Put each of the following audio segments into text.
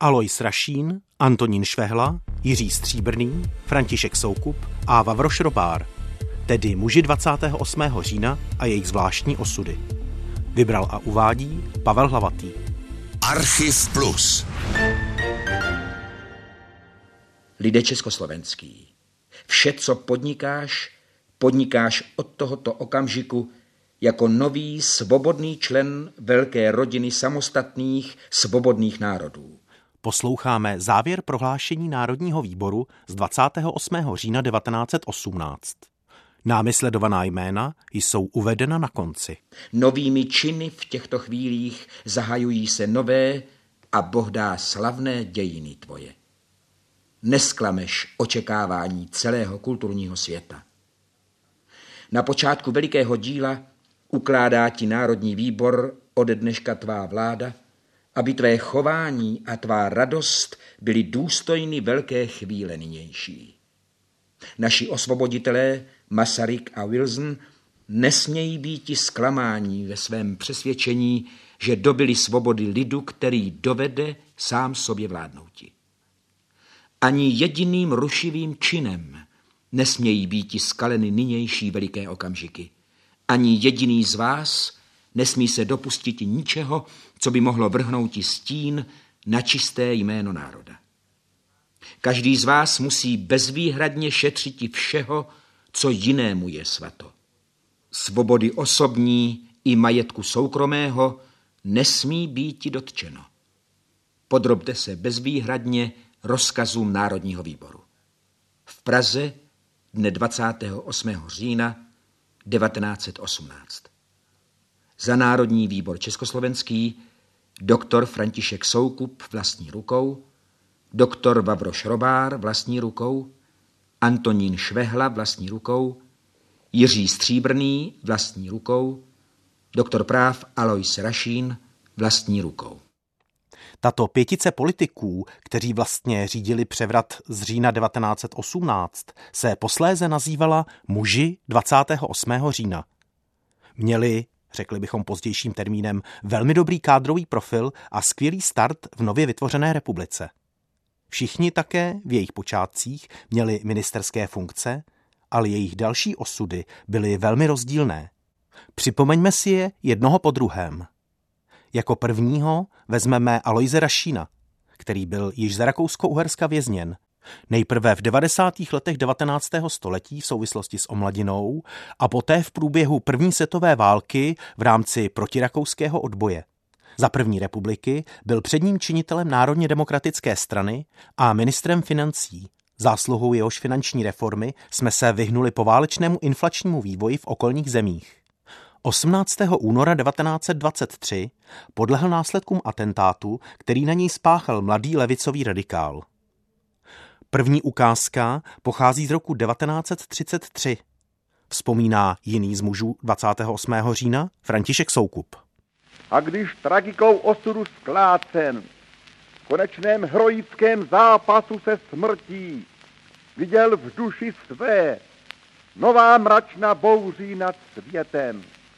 Alois Rašín, Antonín Švehla, Jiří Stříbrný, František Soukup a Vavroš Robár, tedy muži 28. října a jejich zvláštní osudy. Vybral a uvádí Pavel Hlavatý. Archiv Plus. Lidé československý. Vše, co podnikáš od tohoto okamžiku jako nový svobodný člen velké rodiny samostatných svobodných národů. Posloucháme závěr prohlášení Národního výboru z 28. října 1918. Námi sledovaná jména jsou uvedena na konci. Novými činy v těchto chvílích zahajují se nové a Boh dá slavné dějiny tvoje. Nesklameš očekávání celého kulturního světa. Na počátku velikého díla ukládá ti Národní výbor ode dneška tvá vláda, aby tvé chování a tvá radost byly důstojny velké chvíle nynější. Naši osvoboditelé Masaryk a Wilson nesmějí býti zklamání ve svém přesvědčení, že dobyli svobody lidu, který dovede sám sobě vládnouti. Ani jediným rušivým činem nesmějí býti skaleny nynější veliké okamžiky. Ani jediný z vás nesmí se dopustit ničeho, co by mohlo vrhnout stín na čisté jméno národa. Každý z vás musí bezvýhradně šetřiti všeho, co jinému je svato. Svobody osobní i majetku soukromého nesmí býti dotčeno. Podrobte se bezvýhradně rozkazům Národního výboru. V Praze dne 28. října 1918. Za Národní výbor československý doktor František Soukup vlastní rukou, doktor Vavroš Robár vlastní rukou, Antonín Švehla vlastní rukou, Jiří Stříbrný vlastní rukou, doktor práv Alois Rašín vlastní rukou. Tato pětice politiků, kteří vlastně řídili převrat z října 1918, se posléze nazývala muži 28. října. Měli, řekli bychom pozdějším termínem, velmi dobrý kádrový profil a skvělý start v nově vytvořené republice. Všichni také v jejich počátcích měli ministerské funkce, ale jejich další osudy byly velmi rozdílné. Připomeňme si je jednoho po druhém. Jako prvního vezmeme Aloise Rašína, který byl již za Rakousko-Uherska vězněn. Nejprve v 90. letech 19. století v souvislosti s omladinou a poté v průběhu první světové války v rámci protirakouského odboje. Za první republiky byl předním činitelem Národně demokratické strany a ministrem financí. Zásluhou jehož finanční reformy jsme se vyhnuli poválečnému inflačnímu vývoji v okolních zemích. 18. února 1923 podlehl následkům atentátu, který na něj spáchal mladý levicový radikál. První ukázka pochází z roku 1933. Vzpomíná jiný z mužů 28. října František Soukup. A když tragikou osudu sklácen v konečném heroickém zápasu se smrtí viděl v duši své nová mračna bouří nad světem.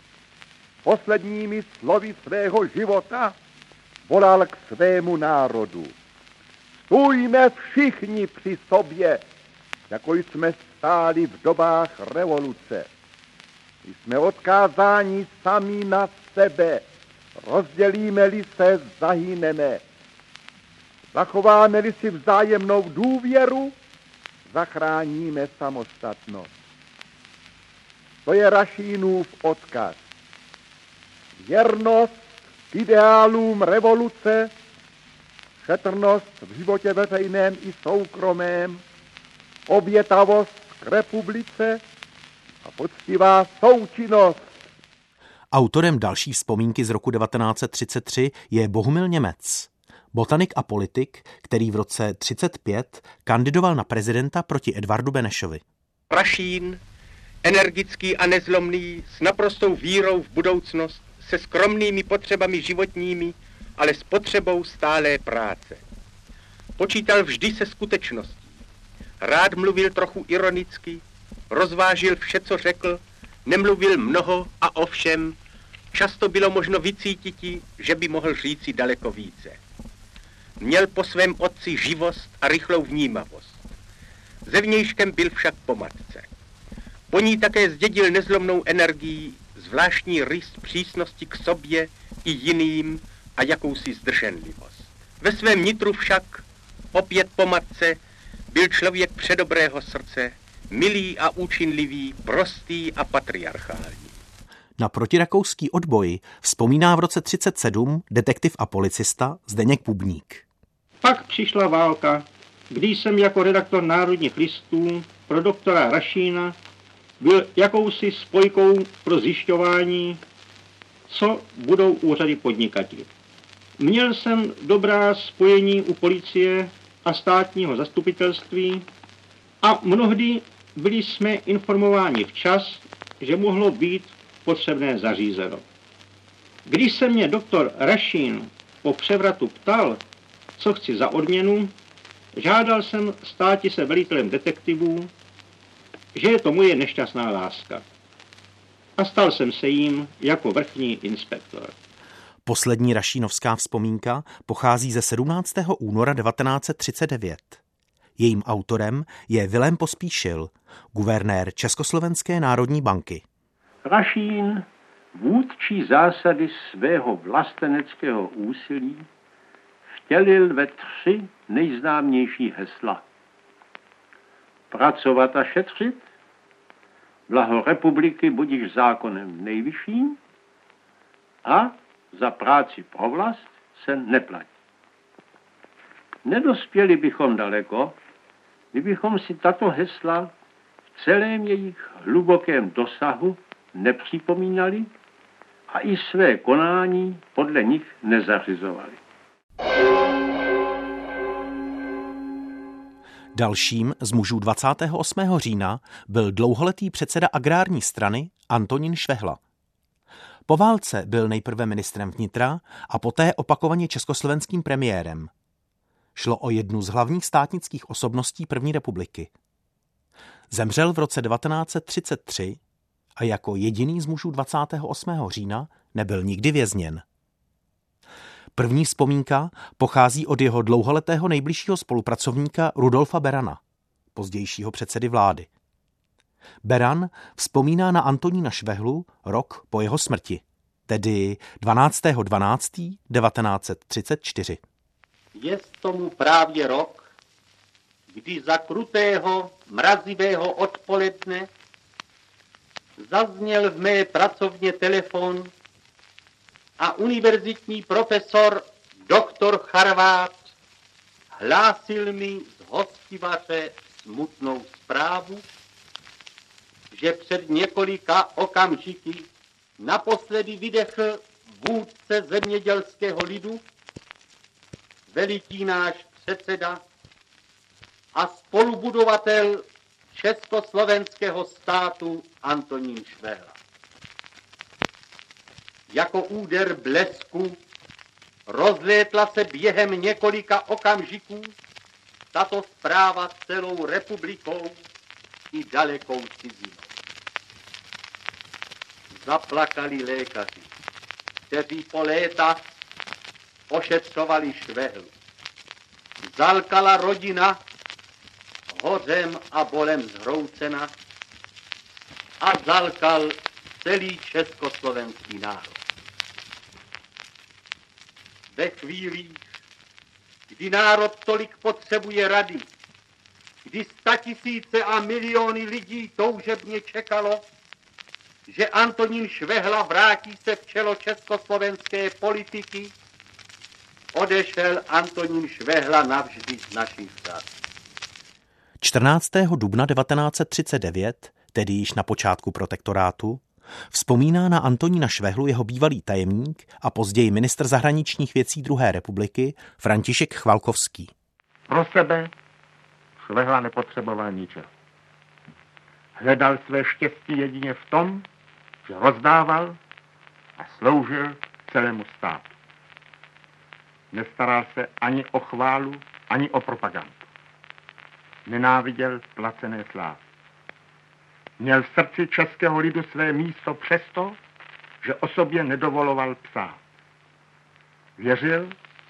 Posledními slovy svého života volal k svému národu. Stůjme všichni při sobě, jako jsme stáli v dobách revoluce. Jsme odkázáni sami na sebe, rozdělíme-li se, zahyneme. Zachováme-li si vzájemnou důvěru, zachráníme samostatnost. To je Rašínův odkaz. Věrnost ideálům revoluce, šetrnost v životě veřejném i soukromém, obětavost k republice a poctivá součinnost. Autorem další vzpomínky z roku 1933 je Bohumil Němec, botanik a politik, který v roce 1935 kandidoval na prezidenta proti Edvardu Benešovi. Rašín, energický a nezlomný, s naprostou vírou v budoucnost, se skromnými potřebami životními, ale s potřebou stálé práce. Počítal vždy se skutečností. Rád mluvil trochu ironicky, rozvážil vše, co řekl, nemluvil mnoho a o všem, často bylo možno vycítiti, že by mohl říci daleko více. Měl po svém otci živost a rychlou vnímavost. Zevnějškem byl však po matce. Po ní také zdědil nezlomnou energii, zvláštní rys přísnosti k sobě i jiným a jakousi zdrženlivost. Ve svém nitru však, opět po matce, byl člověk předobrého srdce, milý a účinlivý, prostý a patriarchální. Na protirakouský odboj vzpomíná v roce 1937 detektiv a policista Zdeněk Pubník. Pak přišla válka, kdy jsem jako redaktor Národních listů pro doktora Rašína byl jakousi spojkou pro zjišťování, co budou úřady podnikat. Měl jsem dobrá spojení u policie a státního zastupitelství a mnohdy byli jsme informováni včas, že mohlo být potřebné zařízeno. Když se mě doktor Rašín po převratu ptal, co chci za odměnu, žádal jsem státi se velitelem detektivů, že je to moje nešťastná láska. A stal jsem se jím jako vrchní inspektor. Poslední rašínovská vzpomínka pochází ze 17. února 1939. Jejím autorem je Vilém Pospíšil, guvernér Československé národní banky. Rašín vůdčí zásady svého vlasteneckého úsilí vtělil ve 3 nejznámější hesla. Pracovat a šetřit, blaho republiky budiž zákonem nejvyšším a za práci pro vlast se neplatí. Nedospěli bychom daleko, kdybychom si tato hesla v celém jejich hlubokém dosahu nepřipomínali a i své konání podle nich nezařizovali. Dalším z mužů 28. října byl dlouholetý předseda agrární strany Antonín Švehla. Po válce byl nejprve ministrem vnitra a poté opakovaně československým premiérem. Šlo o jednu z hlavních státnických osobností první republiky. Zemřel v roce 1933 a jako jediný z mužů 28. října nebyl nikdy vězněn. První vzpomínka pochází od jeho dlouholetého nejbližšího spolupracovníka Rudolfa Berana, pozdějšího předsedy vlády. Beran vzpomíná na Antonína Švehlu rok po jeho smrti, tedy 12.12.1934. Je tomu právě rok, kdy za krutého, mrazivého odpoledne zazněl v mé pracovně telefon a univerzitní profesor doktor Charvát hlásil mi z hostivaře smutnou zprávu, že před několika okamžiky naposledy vydechl vůdce zemědělského lidu, veliký náš předseda a spolubudovatel československého státu Antonín Švehla. Jako úder blesku rozlétla se během několika okamžiků tato zpráva celou republikou i dalekou cizinou. Zaplakali lékaři, kteří po léta ošetřovali Švehlu. Zalkala rodina, hořem a bolem zhroucena, a zalkal celý československý národ. Ve chvílích, kdy národ tolik potřebuje rady, kdy statisíce a miliony lidí toužebně čekalo, že Antonín Švehla vrátí se v čelo československé politiky, odešel Antonín Švehla navždy z našich řad. 14. dubna 1939, tedy již na počátku protektorátu, vzpomíná na Antonína Švehlu jeho bývalý tajemník a později ministr zahraničních věcí druhé republiky František Chvalkovský. Pro sebe Švehla nepotřeboval ničeho. Hledal své štěstí jedině v tom, že rozdával a sloužil celému státu. Nestaral se ani o chválu, ani o propagandu. Nenáviděl placené slávy. Měl v srdci českého lidu své místo přesto, že o sobě nedovoloval psát. Věřil,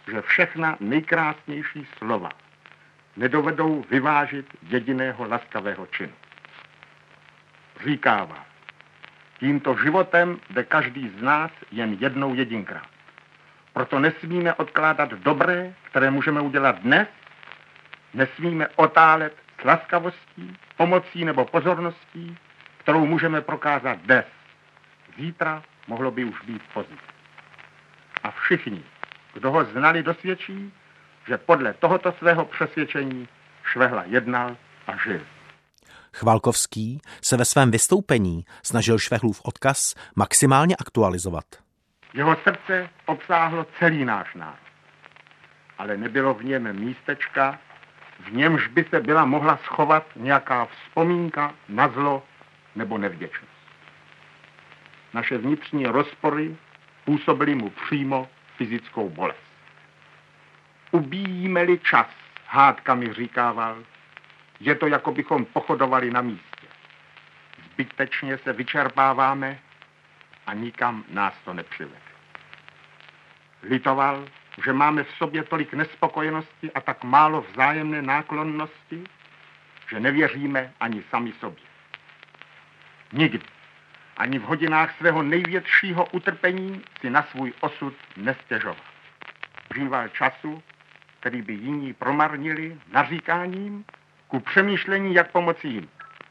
že všechna nejkrásnější slova nedovedou vyvážit jediného laskavého činu. Říkává, tímto životem jde každý z nás jen jednou jedinkrát. Proto nesmíme odkládat dobré, které můžeme udělat dnes, nesmíme otálet s laskavostí, pomocí nebo pozorností, kterou můžeme prokázat dnes. Zítra mohlo by už být pozdě. A všichni, kdo ho znali, dosvědčí, že podle tohoto svého přesvědčení Švehla jednal a žil. Chvalkovský se ve svém vystoupení snažil Švehlův odkaz maximálně aktualizovat. Jeho srdce obsáhlo celý náš národ, ale nebylo v něm místečka, v němž by se byla mohla schovat nějaká vzpomínka na zlo nebo nevděčnost. Naše vnitřní rozpory působily mu přímo fyzickou bolest. Ubíjíme-li čas, hádkami říkával, je to, jako bychom pochodovali na místě. Zbytečně se vyčerpáváme a nikam nás to nepřivede. Litoval, že máme v sobě tolik nespokojenosti a tak málo vzájemné náklonnosti, že nevěříme ani sami sobě. Nikdy, ani v hodinách svého největšího utrpení si na svůj osud nestěžoval. Žíval času, který by jiní promarnili naříkáním ku přemýšlení, jak pomoci jim.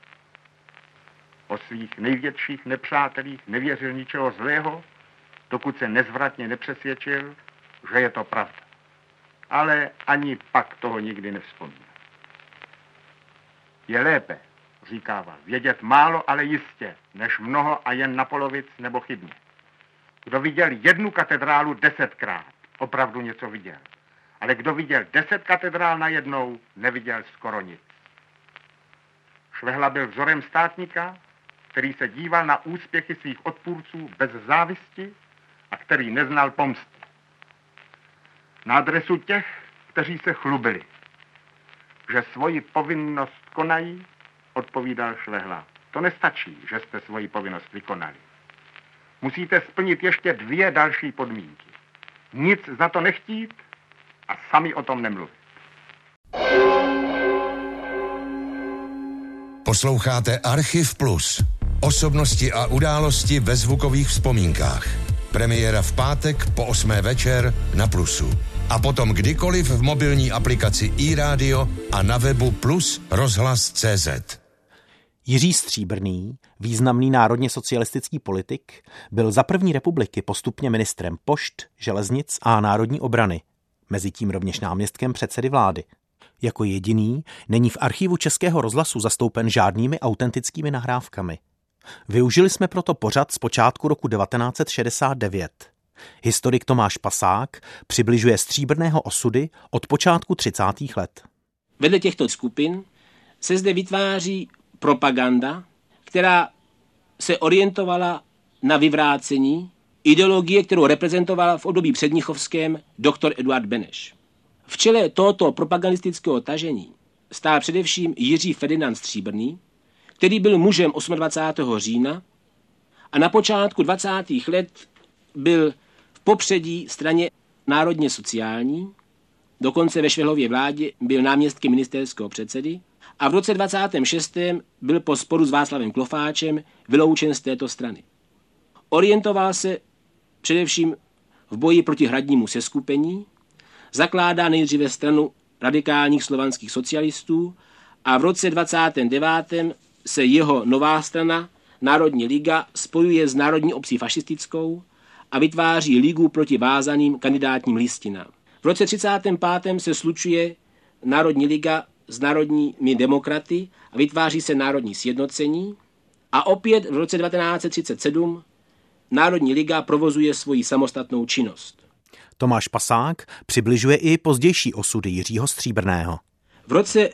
O svých největších nepřátelích nevěřil ničeho zlého, dokud se nezvratně nepřesvědčil, že je to pravda. Ale ani pak toho nikdy nevzpomíná. Je lépe, říkával, vědět málo, ale jistě, než mnoho a jen na polovic nebo chybně. Kdo viděl jednu katedrálu 10krát, opravdu něco viděl. Ale kdo viděl 10 katedrál najednou, neviděl skoro nic. Švehla byl vzorem státníka, který se díval na úspěchy svých odpůrců bez závisti a který neznal pomsty. Na adresu těch, kteří se chlubili, že svoji povinnost konají, odpovídal Švehla. To nestačí, že jste svoji povinnost vykonali. Musíte splnit ještě 2 další podmínky. Nic za to nechtít a sami o tom nemluvit. Posloucháte Archiv Plus. Osobnosti a události ve zvukových vzpomínkách. Premiéra v pátek po 8. večer na Plusu. A potom kdykoliv v mobilní aplikaci iRádio a na webu Plus rozhlas.cz. Jiří Stříbrný, významný národně socialistický politik, byl za první republiky postupně ministrem pošt, železnic a národní obrany, mezitím rovněž náměstkem předsedy vlády. Jako jediný není v archivu Českého rozhlasu zastoupen žádnými autentickými nahrávkami. Využili jsme proto pořad z počátku roku 1969. Historik Tomáš Pasák přibližuje Stříbrného osudy od počátku 30. let. Vedle těchto skupin se zde vytváří propaganda, která se orientovala na vyvrácení ideologie, kterou reprezentoval v období předmnichovském doktor Eduard Beneš. V čele tohoto propagandistického tažení stál především Jiří Ferdinand Stříbrný, který byl mužem 28. října a na počátku 20. let byl v popředí straně národně sociální, dokonce ve Švehlově vládě byl náměstkem ministerského předsedy a v roce 26. byl po sporu s Václavem Klofáčem vyloučen z této strany. Orientoval se především v boji proti hradnímu seskupení, zakládá nejdříve stranu radikálních slovanských socialistů a v roce 29. se jeho nová strana, Národní liga, spojuje s Národní obcí fašistickou a vytváří ligu proti vázaným kandidátním listinám. V roce 35. se slučuje Národní liga s národními demokraty a vytváří se Národní sjednocení a opět v roce 1937 Národní liga provozuje svoji samostatnou činnost. Tomáš Pasák přibližuje i pozdější osudy Jiřího Stříbrného. V roce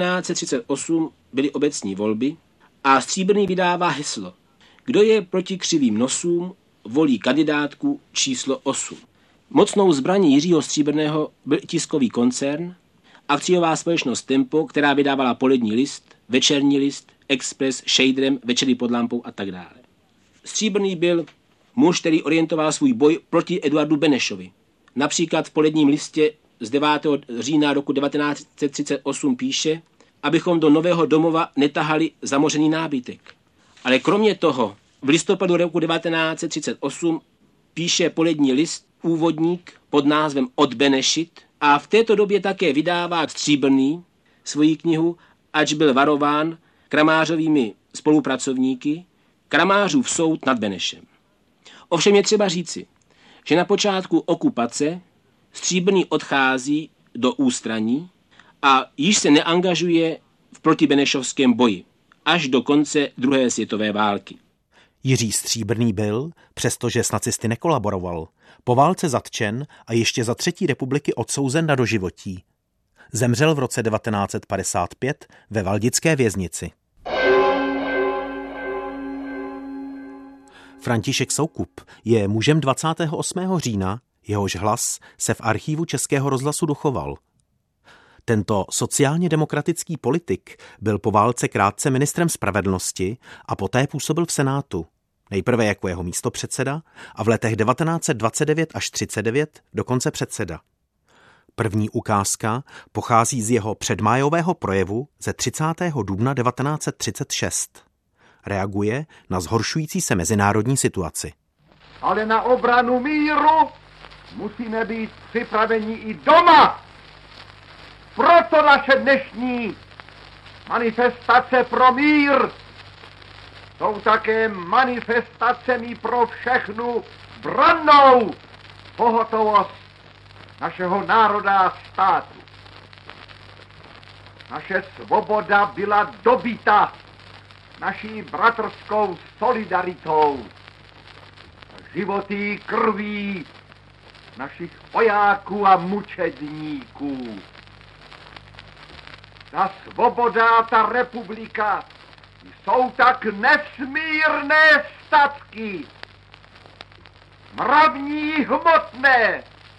1938 byly obecní volby a Stříbrný vydává heslo: Kdo je proti křivým nosům, volí kandidátku číslo 8. Mocnou zbraní Jiřího Stříbrného byl tiskový koncern, akciová společnost Tempo, která vydávala Polední list, Večerní list, Express, Šejdrem, Večery pod lampou a tak dále. Stříbrný byl muž, který orientoval svůj boj proti Eduardu Benešovi Například v Poledním listě z 9. října roku 1938 píše, abychom do Nového domova netahali zamořený nábytek. Ale kromě toho v listopadu roku 1938 píše Polední list úvodník pod názvem Od Benešit a v této době také vydává Stříbrný svoji knihu, ač byl varován Kramářovými spolupracovníky, Kramářův soud nad Benešem. Ovšem je třeba říci, že na počátku okupace Stříbrný odchází do ústraní a již se neangažuje v protibenešovském boji až do konce druhé světové války. Jiří Stříbrný byl, přestože s nacisty nekolaboroval, po válce zatčen a ještě za třetí republiky odsouzen na doživotí. Zemřel v roce 1955 ve valdické věznici. František Soukup je mužem 28. října, jehož hlas se v archívu Českého rozhlasu dochoval. Tento sociálně demokratický politik byl po válce krátce ministrem spravedlnosti a poté působil v Senátu. Nejprve jako jeho místopředseda a v letech 1929 až 39 dokonce předseda. První ukázka pochází z jeho předmájového projevu ze 30. dubna 1936. Reaguje na zhoršující se mezinárodní situaci. Ale na obranu míru musíme být připraveni i doma. Proto naše dnešní manifestace pro mír jsou také manifestacemi pro všechnu brannou pohotovost našeho národa a státu. Naše svoboda byla dobyta naší bratrskou solidaritou, životy krví našich vojáků a mučedníků. Ta svoboda a ta republika jsou tak nesmírné statky, mravní hmotné,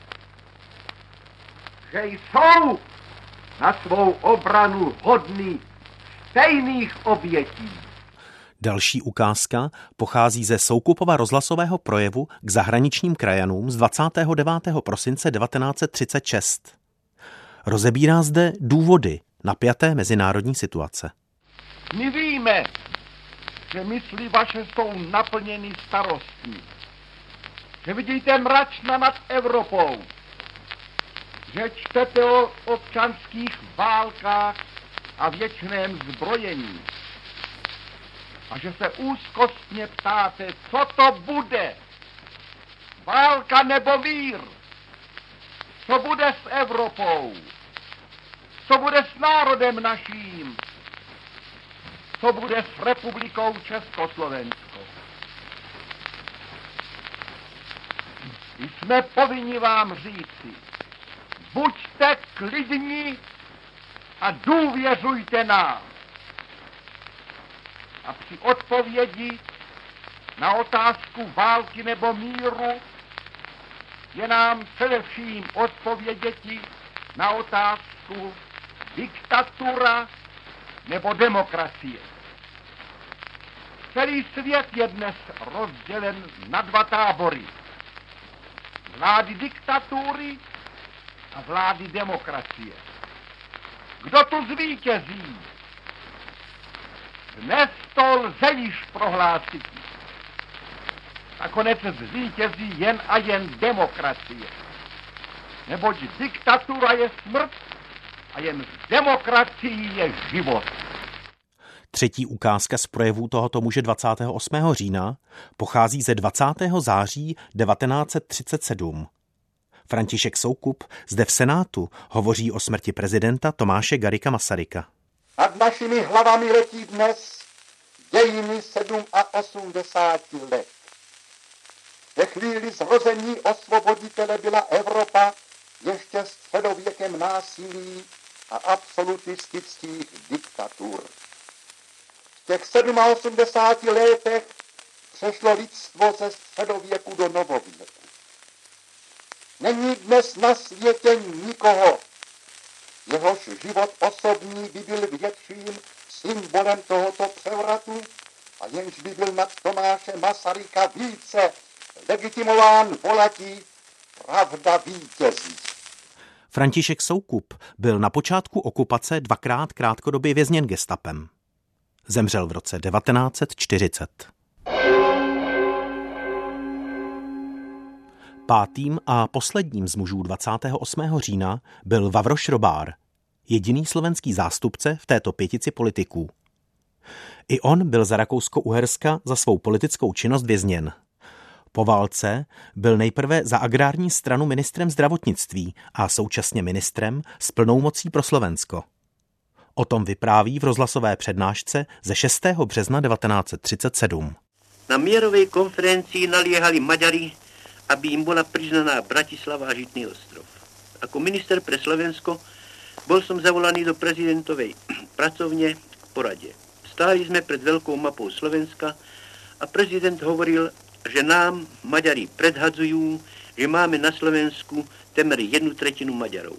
že jsou na svou obranu hodny stejných obětí. Další ukázka pochází ze Soukupova rozhlasového projevu k zahraničním krajanům z 29. prosince 1936. Rozebírá zde důvody napjaté mezinárodní situace. My víme, že mysli vaše jsou naplněny starostí, že vidíte mračna nad Evropou, že čtete o občanských válkách a věčném zbrojení a že se úzkostně ptáte, co to bude, válka nebo mír, co bude s Evropou, co bude s národem naším, co bude s republikou Československou. Jsme povinni vám říci, buďte klidní a důvěřujte nám. A při odpovědi na otázku války nebo míru je nám především odpověděti na otázku diktatura nebo demokracie. Celý svět je dnes rozdělen na dva tábory. Vlády diktatury a vlády demokracie. Kdo tu zvítězí? Dnes to lze již prohlásit. Nakonec zvítězí jen a jen demokracie. Neboť diktatura je smrt a jen z demokracií je život. Třetí ukázka z projevů tohoto muže 28. října pochází ze 20. září 1937. František Soukup zde v Senátu hovoří o smrti prezidenta Tomáše Garrigua Masaryka. Nad našimi hlavami letí dnes dějiny 87 let. Ve chvíli zrození osvoboditele byla Evropa ještě středověkem násilí a absolutistických diktatur. V těch 87 letech přešlo lidstvo ze středověku do novověku. Není dnes na světě nikoho, jehož život osobní by byl větším symbolem tohoto převratu a jenž by byl nad Tomáše Masaryka více legitimován volatí Pravda vítězí. František Soukup byl na počátku okupace dvakrát krátkodobě vězněn gestapem. Zemřel v roce 1940. Pátým a posledním z mužů 28. října byl Vavro Šrobár, jediný slovenský zástupce v této pětici politiků. I on byl za Rakousko-Uherska za svou politickou činnost vězněn. Po válce byl nejprve za agrární stranu ministrem zdravotnictví a současně ministrem s plnou mocí pro Slovensko. O tom vypráví v rozhlasové přednášce ze 6. března 1937. Na mierovej konferencii naliehali Maďari, aby im bola priznaná Bratislava a Žitný ostrov. Ako minister pre Slovensko bol som zavolaný do prezidentovej pracovne k porade. Stáli sme pred veľkou mapou Slovenska a prezident hovoril, že nám Maďari predhadzujú, že máme na Slovensku temer 1/3 Maďarov.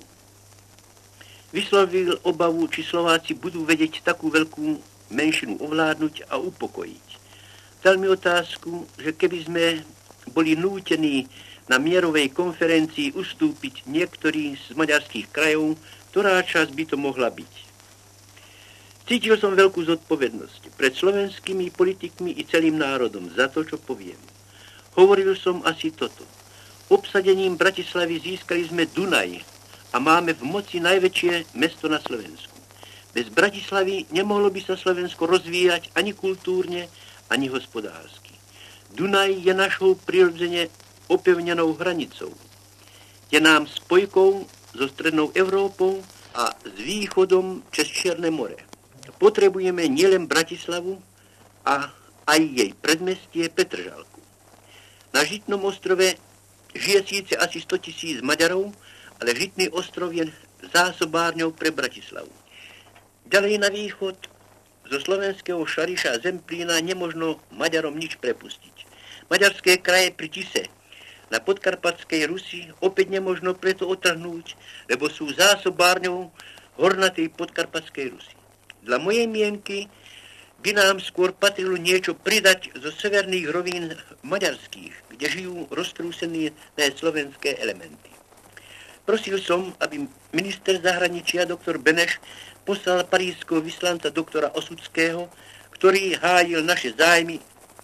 Vyslovil obavu, či Slováci budú vedieť takú veľkú menšinu ovládnuť a upokojiť. Dal mi otázku, že keby sme boli nútení na mierovej konferencii ustúpiť niektorý z maďarských krajov, ktorá časť by to mohla byť. Cítil som veľkú zodpovednosť pred slovenskými politikmi i celým národom za to, čo poviem. Hovoril som asi toto. Obsadením Bratislavy získali sme Dunaj a máme v moci najväčšie mesto na Slovensku. Bez Bratislavy nemohlo by sa Slovensko rozvíjať ani kultúrne, ani hospodársky. Dunaj je našou prirodzene opevnenou hranicou. Je nám spojkou so strednou Európou a s východom cez Čierne more. Potrebujeme nielen Bratislavu a aj jej predmestie Petržalku. Na Žitnom ostrove žije síce asi 100 000 Maďarov, ale Žitný ostrov je zásobárňou pre Bratislavu. Ďalej na východ zo slovenského Šariša a Zemplína nemožno Maďarom nič prepustiť. Maďarské kraje pri Tise na podkarpatskej Rusi opäť nemožno preto otrhnúť, lebo sú zásobárňou hornatej podkarpatskej Rusy. Dla mojej mienky by nám skôr patrilo niečo pridať zo severných rovín maďarských, kde žijú roztrúsené slovenské elementy. Prosil som, aby minister zahraničia doktor Beneš poslal parížského vyslanca doktora Osudského, ktorý hájil naše zájmy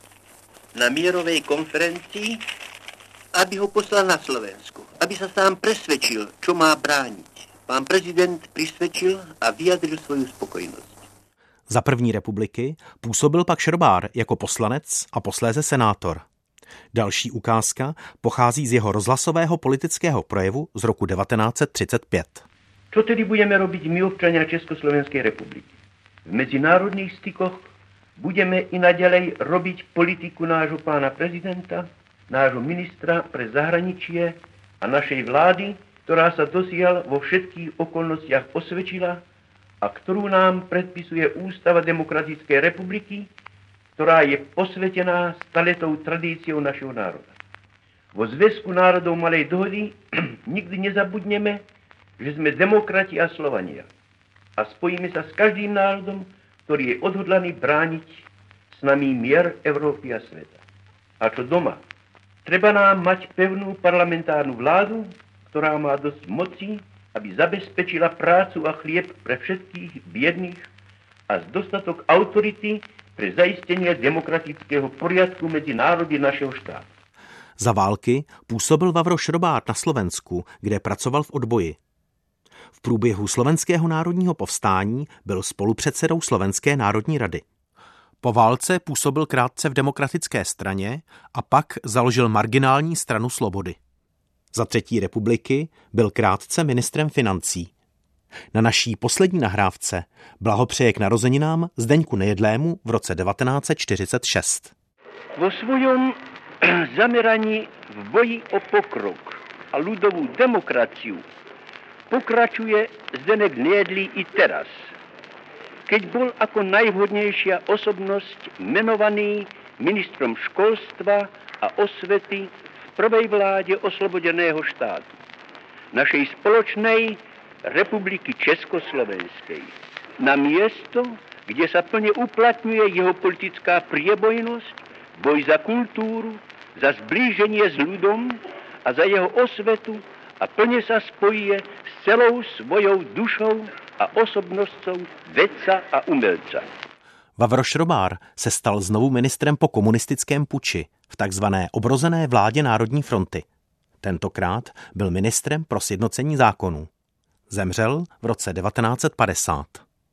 na mierovej konferencii, aby ho poslal na Slovensko, aby sa sám presvedčil, čo má brániť. Pán prezident prisvedčil a vyjadril svoju spokojnosť. Za první republiky působil pak Šrobár jako poslanec a posléze senátor. Další ukázka pochází z jeho rozhlasového politického projevu z roku 1935. Čo tedy budeme robiť my, občania Československej republiky? V medzinárodných stykoch budeme i naďalej robiť politiku nášho pána prezidenta, nášho ministra pre zahraničie a našej vlády, ktorá sa dosiaľ vo všetkých okolnostiach osvedčila a ktorú nám predpisuje Ústava Demokratickej republiky, ktorá je posvetená staletou tradíciou našeho národa. Vo Zväzku národov Malej dohody nikdy nezabudneme, že sme demokrati a Slovania a spojíme sa s každým národom, ktorý je odhodlaný brániť s nami mier Európy a sveta. A čo doma? Treba nám mať pevnú parlamentárnu vládu, ktorá má dosť moci, aby zabezpečila prácu a chlieb pre všetkých biedných a dostatok autority pre zaistenie demokratického poriadku medzi národy našeho štátu. Za války působil Vavro Šrobár na Slovensku, kde pracoval v odboji. V průběhu Slovenského národního povstání byl spolupředsedou Slovenské národní rady. Po válce působil krátce v Demokratické straně a pak založil marginální stranu Slobody. Za třetí republiky byl krátce ministrem financí. Na naší poslední nahrávce blahopřeje k narozeninám Zdeňku Nejedlému v roce 1946. Vo svojom zameraní v boji o pokrok a ľudovú demokraciu pokračuje Zdeněk Nejedlý i teraz, keď bol ako najvhodnejšia osobnosť menovaný ministrom školstva a osvety v prvej vláde oslobodeného štátu, našej spoločnej republiky Československej, na miesto, kde sa plne uplatňuje jeho politická priebojnosť, boj za kultúru, za zblíženie s ľudom a za jeho osvetu a plně se spojí s celou svojou dušou a osobnostou vědca a umělca. Vavro Šrobár se stal znovu ministrem po komunistickém puči v takzvané obrozené vládě Národní fronty. Tentokrát byl ministrem pro sjednocení zákonů. Zemřel v roce 1950.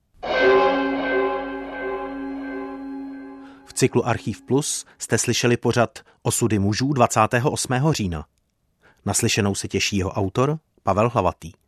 V cyklu Archiv Plus jste slyšeli pořad Osudy mužů 28. října. Naslyšenou se těší jeho autor Pavel Hlavatý.